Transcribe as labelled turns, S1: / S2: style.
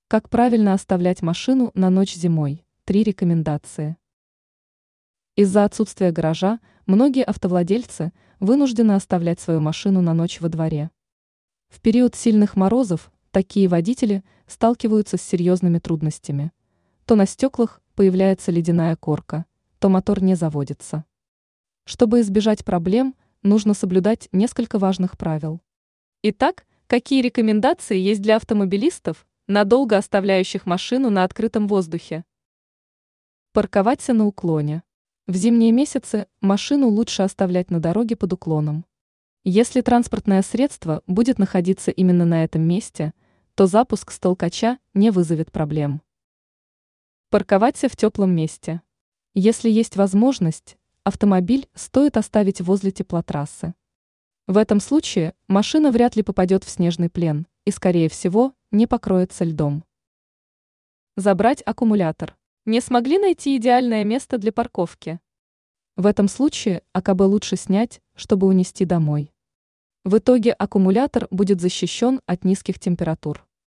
S1: Как правильно оставлять машину на ночь зимой? 3 рекомендации. Из-за отсутствия гаража многие автовладельцы вынуждены оставлять свою машину на ночь во дворе. В период сильных морозов такие водители сталкиваются с серьезными трудностями. То на стеклах появляется ледяная корка, то мотор не заводится. Чтобы избежать проблем, нужно соблюдать несколько важных правил. Итак, какие рекомендации есть для автомобилистов, надолго оставляющих машину на открытом воздухе? Парковаться на уклоне. В зимние месяцы машину лучше оставлять на дороге под уклоном. Если транспортное средство будет находиться именно на этом месте, то запуск с толкача не вызовет проблем. Парковаться в теплом месте. Если есть возможность, автомобиль стоит оставить возле теплотрассы. В этом случае машина вряд ли попадет в снежный плен и, скорее всего, не покроется льдом. Забрать аккумулятор. Не смогли найти идеальное место для парковки? В этом случае АКБ лучше снять, чтобы унести домой. В итоге аккумулятор будет защищен от низких температур.